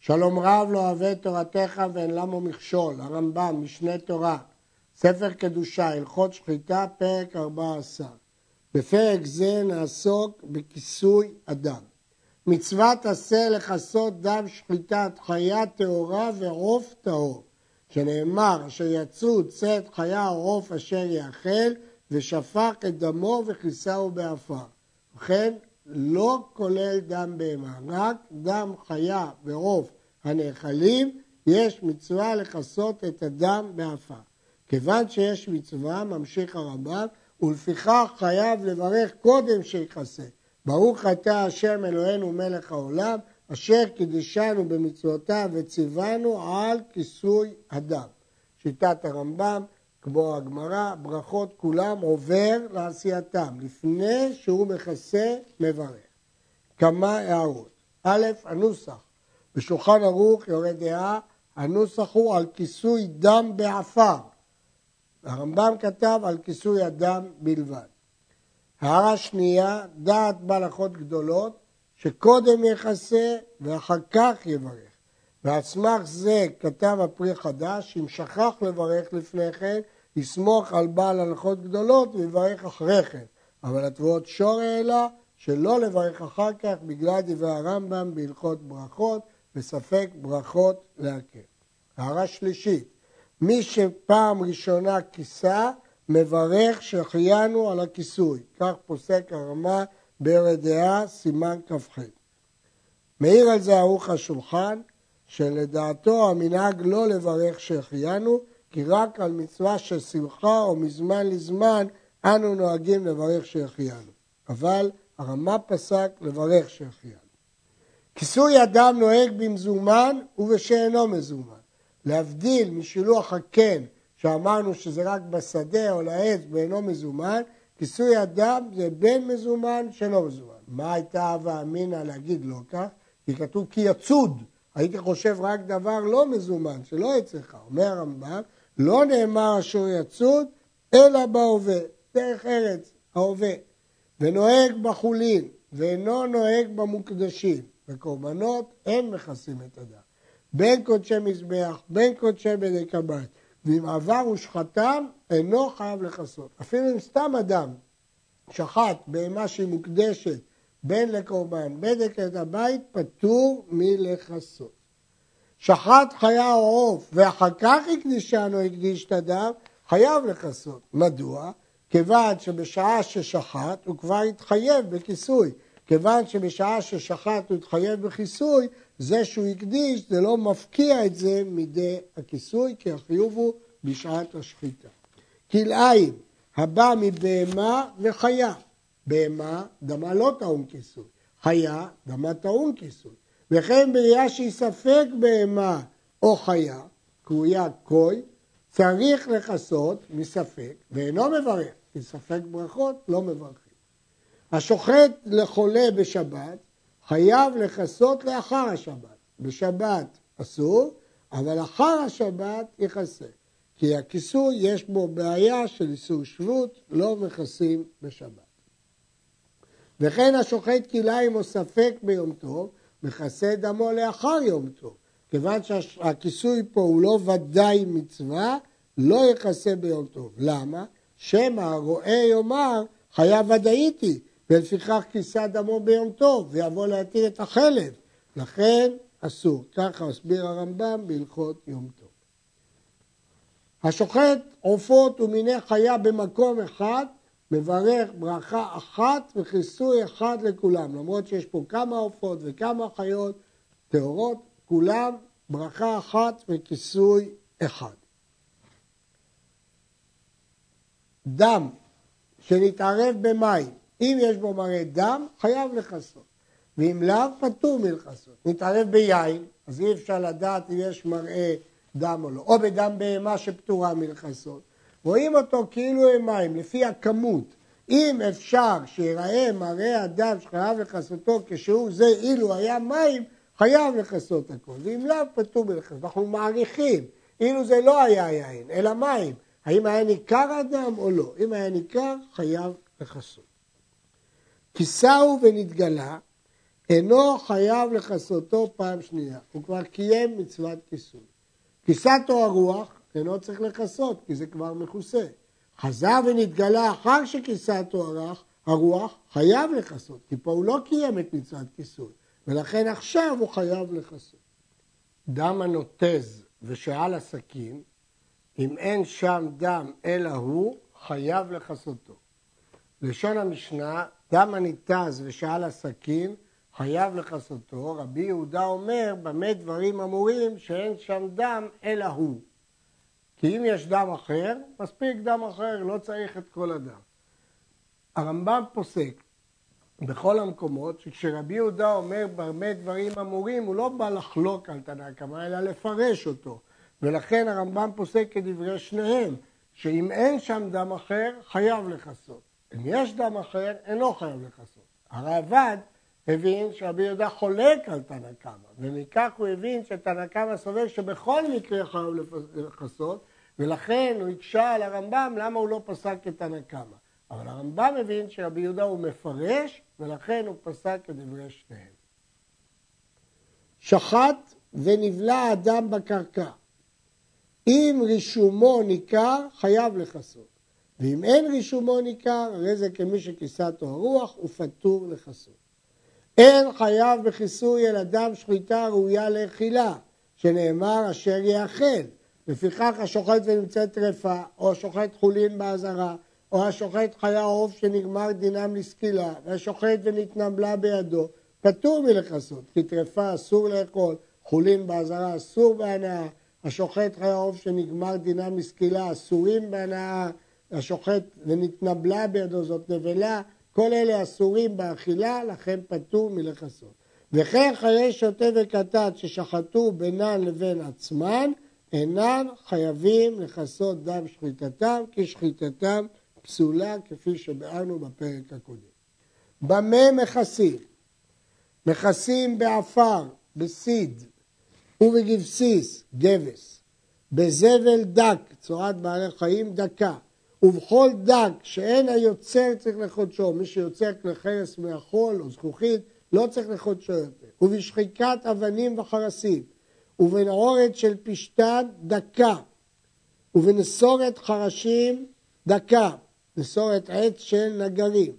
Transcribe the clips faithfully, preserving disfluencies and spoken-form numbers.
שלום רב לא אוהב תורתך ואין למו מכשול, הרמב"ם, משנה תורה, ספר קדושה, הלכות שחיטה, פרק ארבע עשרה. בפרק זה נעסוק בכיסוי אדם. מצוות עשה לכסות דם שחיטת חיה טהורה ועוף טהור, שנאמר אשר יצאו צאת חיה או עוף אשר יאכל ושפך את דמו וכיסהו באפר. וכן לא כולל דם בהמה, רק דם חיה ועוף הנאכלים יש מצווה לכסות את הדם באפר. כיוון שיש מצווה, ממשיך הרמב"ם, ולפיכך חייב לברך קודם שיכסה. ברוך אתה השם אלוהינו מלך העולם, אשר קידשנו במצוותיו וציוונו על כיסוי הדם. שיטת הרמב"ם, כמו הגמרא, ברכות כולם עובר לעשייתם, לפני שהוא מכסה מברך. כמה הערות. א', הנוסח. בשולחן ערוך יורה דעה, הנוסח הוא על כיסוי דם באפר. הרמב"ם כתב על כיסוי הדם בלבד. הערה שנייה, דעת בהלכות גדולות, שקודם יכסה ואחר כך יברך. ועל סמך זה כתב הפרי חדש, אם שכח לברך לפני כן, יסמוך על בעל הלכות גדולות ויברך אחרי כן. אבל התבואות שור העלה, שלא לברך אחר כך בגלל דברי הרמב"ם בהלכות ברכות, וספק ברכות להקל. הערה שלישית, מי שפעם ראשונה כיסה, מברך שהחיינו על הכיסוי. כך פוסק הרמה ביורה דעה, סימן כ"ח. מעיר על זה ערוך השולחן, שלדעתו המנהג לא לברך שהחיינו, כי רק על מצווה של שמחה או מזמן לזמן אנו נוהגים לברך שהחיינו. אבל הרמה פסק לברך שהחיינו. כיסוי אדם נוהג במזומן ובשאינו מזומן. להבדיל משילוח הקן, שאמרנו שזה רק בשדה או לעץ ואינו מזומן, כיסוי אדם זה בין מזומן שאינו מזומן. מה הייתה הווה אמינא להגיד לא כך? כי כתוב כי יצוד. הייתי חושב רק דבר לא מזומן, שלא אצלך. אומר הרמב"ם, לא נאמר אשר יצוד, אלא בהווה, דרך ארץ, ההווה. ונוהג בחולין, ואינו נוהג במוקדשים. וקורבנות אין מכסים את הדם. בין קודשי מזבח, בין קודשי בני קב"ט. ואם עבר ושחתם, אינו חייב לכסות. אפילו אם סתם אדם שחט בהמה שהיא מוקדשת, בין לקורבן, בין לקראת הבית, פטור מלכסות. שחט חיה או עוף, ואחר כך הקדישנו הקדיש את הדם, חייב לכסות. מדוע? כיוון שבשעה ששחט הוא כבר התחייב בכיסוי. כיוון שבשעה ששחט הוא התחייב בכיסוי, זה שהוא הקדיש, זה לא מפקיע את זה מידי הכיסוי, כי החיוב הוא בשעת השחיטה. כלאיים, הבא מבהמה וחיה. בהמה, דמה לא טעון כיסוי. חיה, דמה טעון כיסוי. וכן בראייה שהיא ספק בהמה או חיה, קרויה קוי, צריך לכסות מספק, ואינו מברך, כי ספק ברכות לא מברכים. השוחט לחולה בשבת, חייב לכסות לאחר השבת. בשבת אסור, אבל אחר השבת יכסה. כי הכיסוי יש בו בעיה של איסור שבות, לא מכסים בשבת. וכן השוחט כלאיים או ספק ביום טוב, מכסה דמו לאחר יום טוב. כיוון שהכיסוי פה הוא לא ודאי מצווה, לא יכסה ביום טוב. למה? שמא הרואה יאמר, חיה ודאית היא, ולפיכך כיסה דמו ביום טוב, ויבוא להתיר את החלב. לכן אסור. ככה הסביר הרמב"ם בהלכות יום טוב. השוחט עופות ומיני חיה במקום אחד, מברך ברכה אחת וכיסוי אחד לכולם. למרות שיש פה כמה עופות וכמה חיות טהורות, כולם ברכה אחת וכיסוי אחד. דם שנתערב במים, אם יש בו מראה דם, חייב לכסות. ואם לאו, פטור מלכסות. נתערב ביין, אז אי אפשר לדעת אם יש מראה דם או לא. או בדם בהמה שפטורה מלכסות. רואים אותו כאילו הם מים, לפי הכמות. אם אפשר שיראה מראה הדם שחייב לכסותו כשהוא זה אילו היה מים, חייב לכסות הכל. ואם לאו, פטור מלכסות. אנחנו מעריכים, אילו זה לא היה יין, אלא מים. האם היה ניכר הדם או לא? אם היה ניכר, חייב לכסות. כיסהו ונתגלה, אינו חייב לכסותו פעם שנייה, הוא כבר קיים מצוות כיסוי. כיסתו הרוח אינו צריך לכסות, כי זה כבר מכוסה. חזר ונתגלה אחר שכיסתו הרוח, חייב לכסות, כי פה הוא לא קיים את מצוות כיסוי, ולכן עכשיו הוא חייב לכסות. דם הנוטז ושעל הסכין, אם אין שם דם אלא הוא, חייב לכסותו. לשון המשנה, דם הניתז ושעל הסכין, חייב לכסותו. רבי יהודה אומר, במה דברים אמורים שאין שם דם אלא הוא. כי אם יש דם אחר, מספיק דם אחר, לא צריך את כל הדם. הרמב"ם פוסק בכל המקומות, שכשרבי יהודה אומר במה דברים אמורים, הוא לא בא לחלוק על תנא קמא, אלא לפרש אותו. ולכן הרמב"ם פוסק כדברי שניהם, שאם אין שם דם אחר, חייב לכסות. אם יש דם אחר, אינו חייב לכסות. הרעב"ד הבין שרבי יהודה חולק על תנא קמא, ומכך הוא הבין שתנא קמא סובר שבכל מקרה חייב לכסות, ולכן הוא הקשה על הרמב"ם למה הוא לא פסק כתנא קמא. אבל הרמב"ם מבין שרבי יהודה הוא מפרש, ולכן הוא פסק כדברי שניהם. שחט ונבלע אדם בקרקע. אם רישומו ניכר, חייב לכסות. ואם אין רישומו ניכר, הרי זה כמי שכיסתו הרוח, הוא פטור לכסות. אין חייב בכיסוי אל אדם שחיטה ראויה לאכילה, שנאמר אשר יאכל. לפיכך השוחט ונמצאת טרפה, או השוחט חולין באזהרה, או השוחט חיה עוף שנגמר דינם לסקילה, והשוחט ונתנבלה בידו, פטור מלכסות, כי טרפה אסור לאכול, חולין באזהרה אסור בהנאה, השוחט חיה עוף שנגמר דינם לסקילה, אסורים בהנאה, השוחט ונתנבלה בידו, זאת נבלה, כל אלה אסורים באכילה, לכן פטור מלכסות. וכן חיי שוטה וקטט ששחטו בינן לבין עצמן, אינן חייבים לכסות דם שחיטתם, כי שחיטתם פסולה, כפי שבארנו בפרק הקודם. במה מכסים? מכסים בעפר, בסיד ובגבסיס, גבס, בזבל דק, צורת בעלי חיים דקה, ובכל דק שאין היוצר צריך לחודשו, מי שיוצר כלי חרס מהחול או זכוכית, לא צריך לחודשו יותר, ובשחיקת אבנים וחרסים, ובנעורת של פשטן דקה, ובנסורת חרשים דקה, נסורת עץ של נגרים,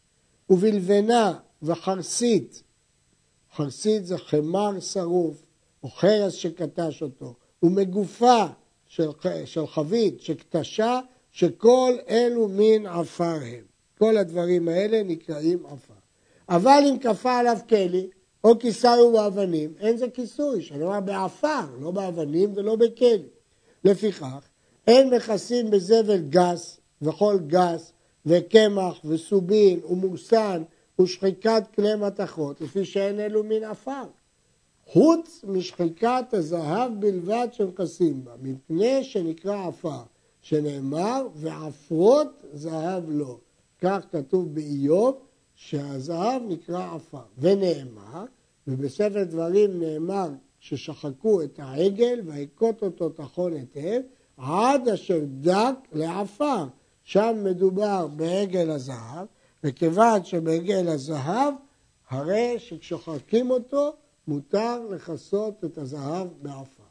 ובלבנה וחרסית, חרסית זה חמר שרוף, או חרס שקטש אותו, ומגופה של, של חבית שקטשה, שכל אלו מין עפר הם. כל הדברים האלה נקראים עפר. אבל אם כפה עליו כלי, או כיסהו באבנים, אין זה כיסוי, שנאמר בעפר, לא באבנים ולא בכלי. לפיכך, אין מכסים בזבל גס, וכל גס, וקמח, וסובין, ומורסן, ושחיקת כלי מתכות, לפי שאין אלו מין עפר. חוץ משחיקת הזהב בלבד שמכסים בה, מפני שנקרא עפר, שנאמר, ועפרות זהב לא. כך כתוב באיוב, שהזהב נקרא עפר. ונאמר, ובספר דברים נאמר, ששחקו את העגל, והכות אותו תחון היטב, עד אשר דק לעפר. שם מדובר בעגל הזהב, וכיוון שבעגל הזהב, הרי שכשוחקים אותו, מותר לכסות את הזהב בעפר.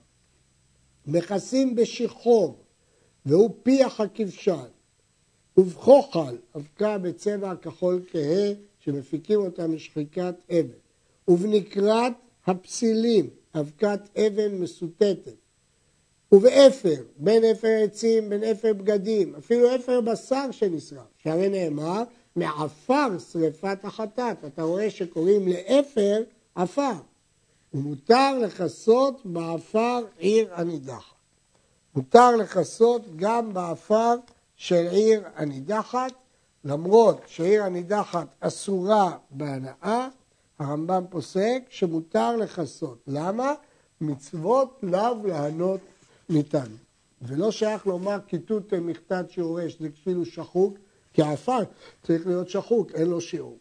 מכסים בשחור, והוא פיח הכבשן, ובכוחל, אבקה בצבע כחול כהה, שמפיקים אותה משחיקת אבן, ובנקרת הפסילים, אבקת אבן מסוטטת, ובאפר, בין אפר עצים, בין אפר בגדים, אפילו אפר בשר שנשרף, שהרי נאמר, מעפר שריפת החטאת. אתה רואה שקוראים לאפר עפר. ומותר לכסות בעפר עיר הנידחת. מותר לכסות גם בעפר של עיר הנידחת, למרות שעיר הנידחת אסורה בהנאה, הרמב"ם פוסק שמותר לכסות. למה? מצוות לאו להנות ניתן. ולא שייך לומר כיתות מכתת שיעורש, זה כאילו שחוק, כי העפר צריך להיות שחוק, אין לו שיעור.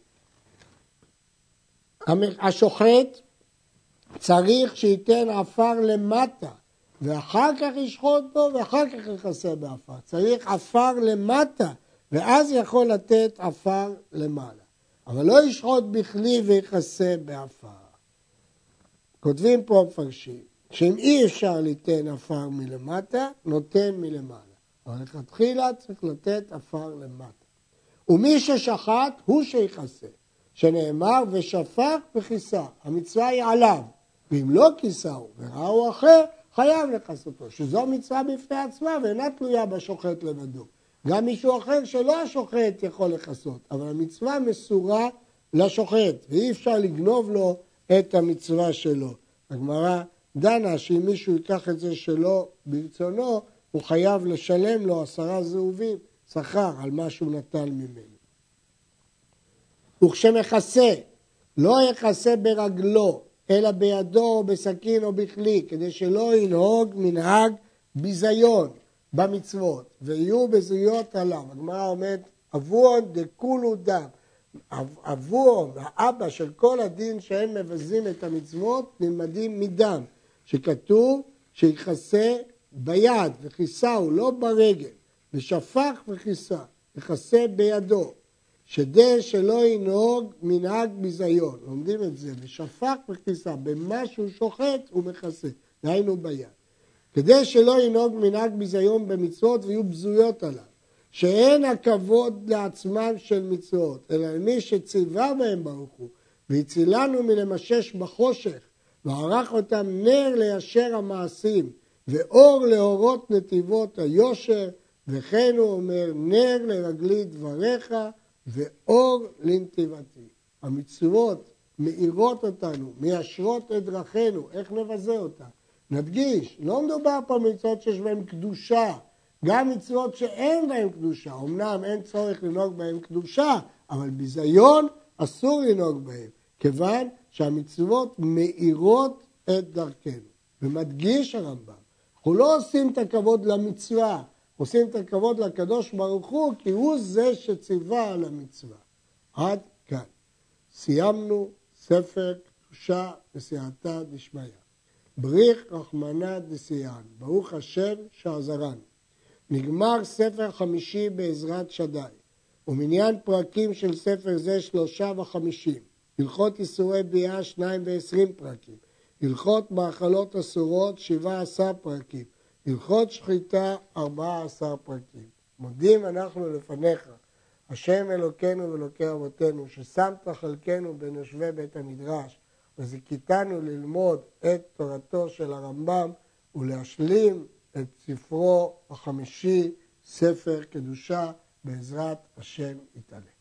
השוחט צריך שייתן עפר למטה, ואחר כך ישחוט בו, ואחר כך יכסה בעפר. צריך עפר למטה, ואז יכול לתת עפר למעלה. אבל לא ישחוט בכלי ויכסה באפר. כותבים פה המפרשים, שאם אי אפשר ליתן אפר מלמטה, נותן מלמעלה. אבל לכתחילה צריך לתת אפר למטה. ומי ששחט הוא שיכסה, שנאמר ושפך וכיסה. המצווה היא עליו, ואם לא כיסהו וראהו אחר, חייב לכסותו, שזו מצווה בפני עצמה ואינה תלויה בשוחט לבדו. גם מישהו אחר שלא השוחט יכול לכסות, אבל המצווה מסורה לשוחט, ואי אפשר לגנוב לו את המצווה שלו. הגמרא דנה שאם מישהו ייקח את זה שלא ברצונו, הוא חייב לשלם לו עשרה זהובים, שכר על מה שהוא נטל ממנו. וכשמכסה, לא יכסה ברגלו, אלא בידו או בסכין או בכלי, כדי שלא ינהוג מנהג ביזיון במצוות, ויהיו בזויות עליו. הגמרא אומרת, אבון דכולו דם. אבון, האבא של כל הדין שהם מבזים את המצוות, נלמדים מדם, שכתוב שיכסה ביד, וכיסה הוא לא ברגל, ושפך וכיסה, יכסה בידו. שדה שלא ינהוג מנהג ביזיון, לומדים את זה, ושפך וכיסה, במה שהוא שוחט הוא מכסה, דהיינו ביד. כדי שלא ינהוג מנהג ביזיון במצוות ויהיו בזויות עליו, שאין הכבוד לעצמם של מצוות, אלא למי שציווה בהם ברוך הוא, והצילנו מלמשש בחושך, וערך אותם נר ליישר המעשים, ואור להורות נתיבות היושר, וכן הוא אומר, נר לרגלי דבריך, ואור לנתיבתי. המצוות מאירות אותנו, מיישרות את דרכינו, איך נבזה אותה? נדגיש, לא מדובר פה מצוות שיש בהן קדושה, גם מצוות שאין בהן קדושה, אמנם אין צורך לנהוג בהן קדושה, אבל ביזיון אסור לנהוג בהן, כיוון שהמצוות מאירות את דרכנו. ומדגיש הרמב"ם, אנחנו לא עושים את הכבוד למצווה, עושים את הכבוד לקדוש ברוך הוא, כי הוא זה שציווה על המצווה. עד כאן. סיימנו ספר קדושה וסייעתא דשמיא. בריך רחמנא דסייען. ברוך השם שעזרנו. נגמר ספר חמישי בעזרת שדי. ומניין פרקים של ספר זה שלושה וחמישים. הלכות איסורי ביאה שניים ועשרים פרקים. הלכות מאכלות אסורות שבעה עשר פרקים. הלכות שחיטה ארבעה עשר פרקים. מודים אנחנו לפניך, השם אלוקינו ואלוקי אבותינו, ששמת חלקנו בין יושבי בית המדרש, וזיכיתנו ללמוד את תורתו של הרמב"ם, ולהשלים את ספרו החמישי, ספר קדושה, בעזרת השם יתעלה.